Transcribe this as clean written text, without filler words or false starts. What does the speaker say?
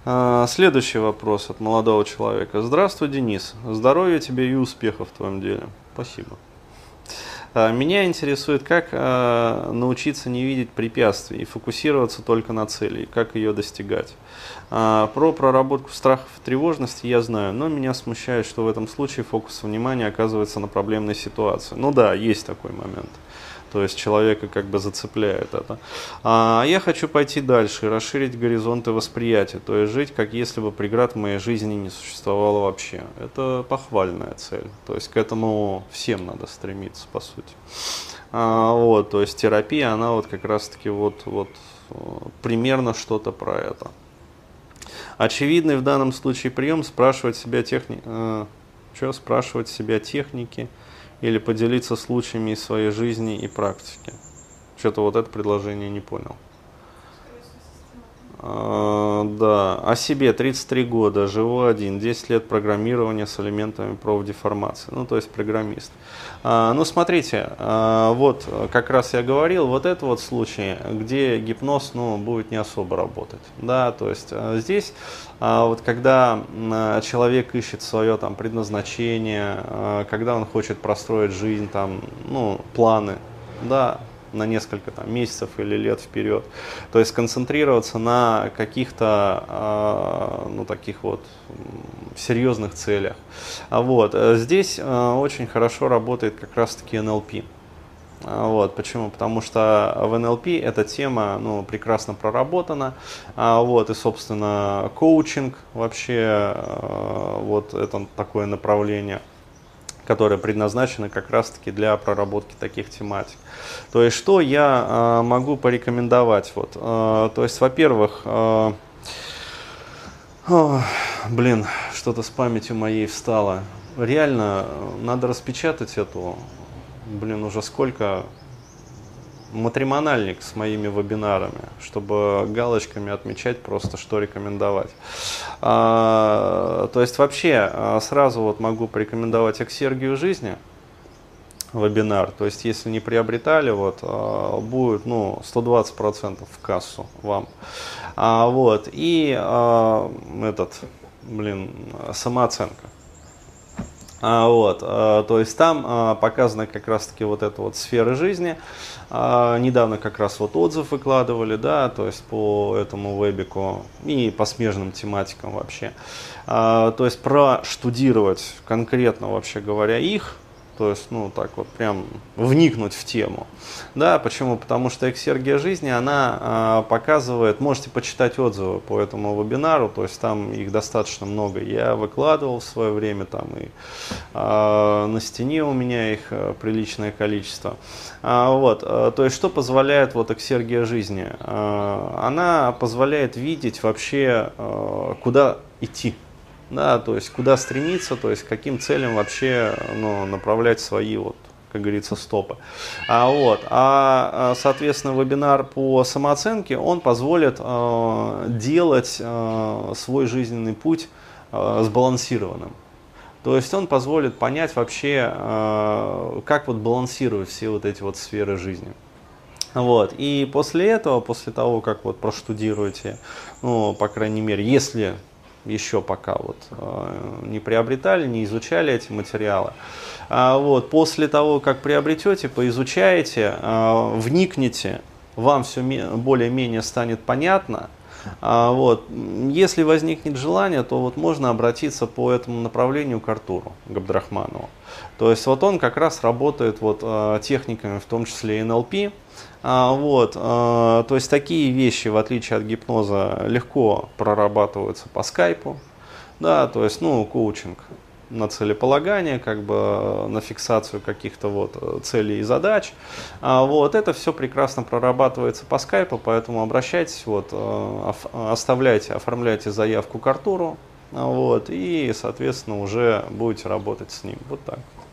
Следующий вопрос от молодого человека. Здравствуй, Денис. Здоровья тебе и успехов в твоем деле. Спасибо. Меня интересует, как научиться не видеть препятствий и фокусироваться только на цели, и как ее достигать. Про проработку страхов и тревожности я знаю, но меня смущает, что в этом случае фокус внимания оказывается на проблемной ситуации. Ну да, есть такой момент. То есть человека как бы зацепляет это. Я хочу пойти дальше и расширить горизонты восприятия, то есть жить, как если бы преград в моей жизни не существовало вообще. Это похвальная цель. То есть к этому всем надо стремиться, по сути. То есть терапия, она вот как раз-таки примерно что-то про это. Очевидный в данном случае прием спрашивать себя техники или поделиться случаями из своей жизни и практики. Что-то вот это предложение не понял. Да, о себе 33 года, живу один, 10 лет программирования с элементами профдеформации, то есть программист. Смотрите, вот как раз я говорил, вот это вот случай, где гипноз, будет не особо работать. Да, то есть здесь, вот когда человек ищет свое там предназначение, когда он хочет простроить жизнь, там, планы, да, на несколько месяцев или лет вперед. То есть концентрироваться на каких-то таких вот серьезных целях. Здесь очень хорошо работает как раз-таки НЛП. Почему? Потому что в НЛП эта тема прекрасно проработана. И, собственно, коучинг вообще это такое направление, которые предназначены как раз-таки для проработки таких тематик. То есть, что я могу порекомендовать? То есть, во-первых, что-то с памятью моей встало. Реально, надо распечатать эту, уже сколько, матримональник с моими вебинарами, чтобы галочками отмечать просто, что рекомендовать. То есть вообще сразу могу порекомендовать «Эксергию жизни», вебинар. То есть если не приобретали, будет 120% в кассу вам. Самооценка. То есть там показаны как раз-таки сферы жизни. Недавно как раз отзыв выкладывали, да, то есть по этому вебику и по смежным тематикам вообще. То есть проштудировать конкретно, вообще говоря, их. То есть, прям вникнуть в тему. Да, почему? Потому что «Эксергия жизни», она показывает, можете почитать отзывы по этому вебинару, то есть там их достаточно много. Я выкладывал в свое время, и на стене у меня их приличное количество. То есть, что позволяет «Эксергия жизни»? Она позволяет видеть вообще, куда идти. Да, то есть куда стремиться, то есть к каким целям вообще направлять свои, как говорится, стопы. Соответственно, вебинар по самооценке, он позволит делать свой жизненный путь сбалансированным. То есть он позволит понять вообще, как балансировать все эти сферы жизни. И после этого, после того, как проштудируете, по крайней мере, если еще пока не приобретали, не изучали эти материалы. После того, как приобретете, поизучаете, вникнете, вам все более-менее станет понятно. Если возникнет желание, то можно обратиться по этому направлению к Артуру Габдрахманову. То есть он как раз работает техниками, в том числе и НЛП. То есть такие вещи, в отличие от гипноза, легко прорабатываются по скайпу. Да, то есть коучинг на целеполагание, на фиксацию каких-то целей и задач. Это все прекрасно прорабатывается по скайпу, поэтому обращайтесь, оформляйте заявку к Артуру, и, соответственно, уже будете работать с ним. Вот так.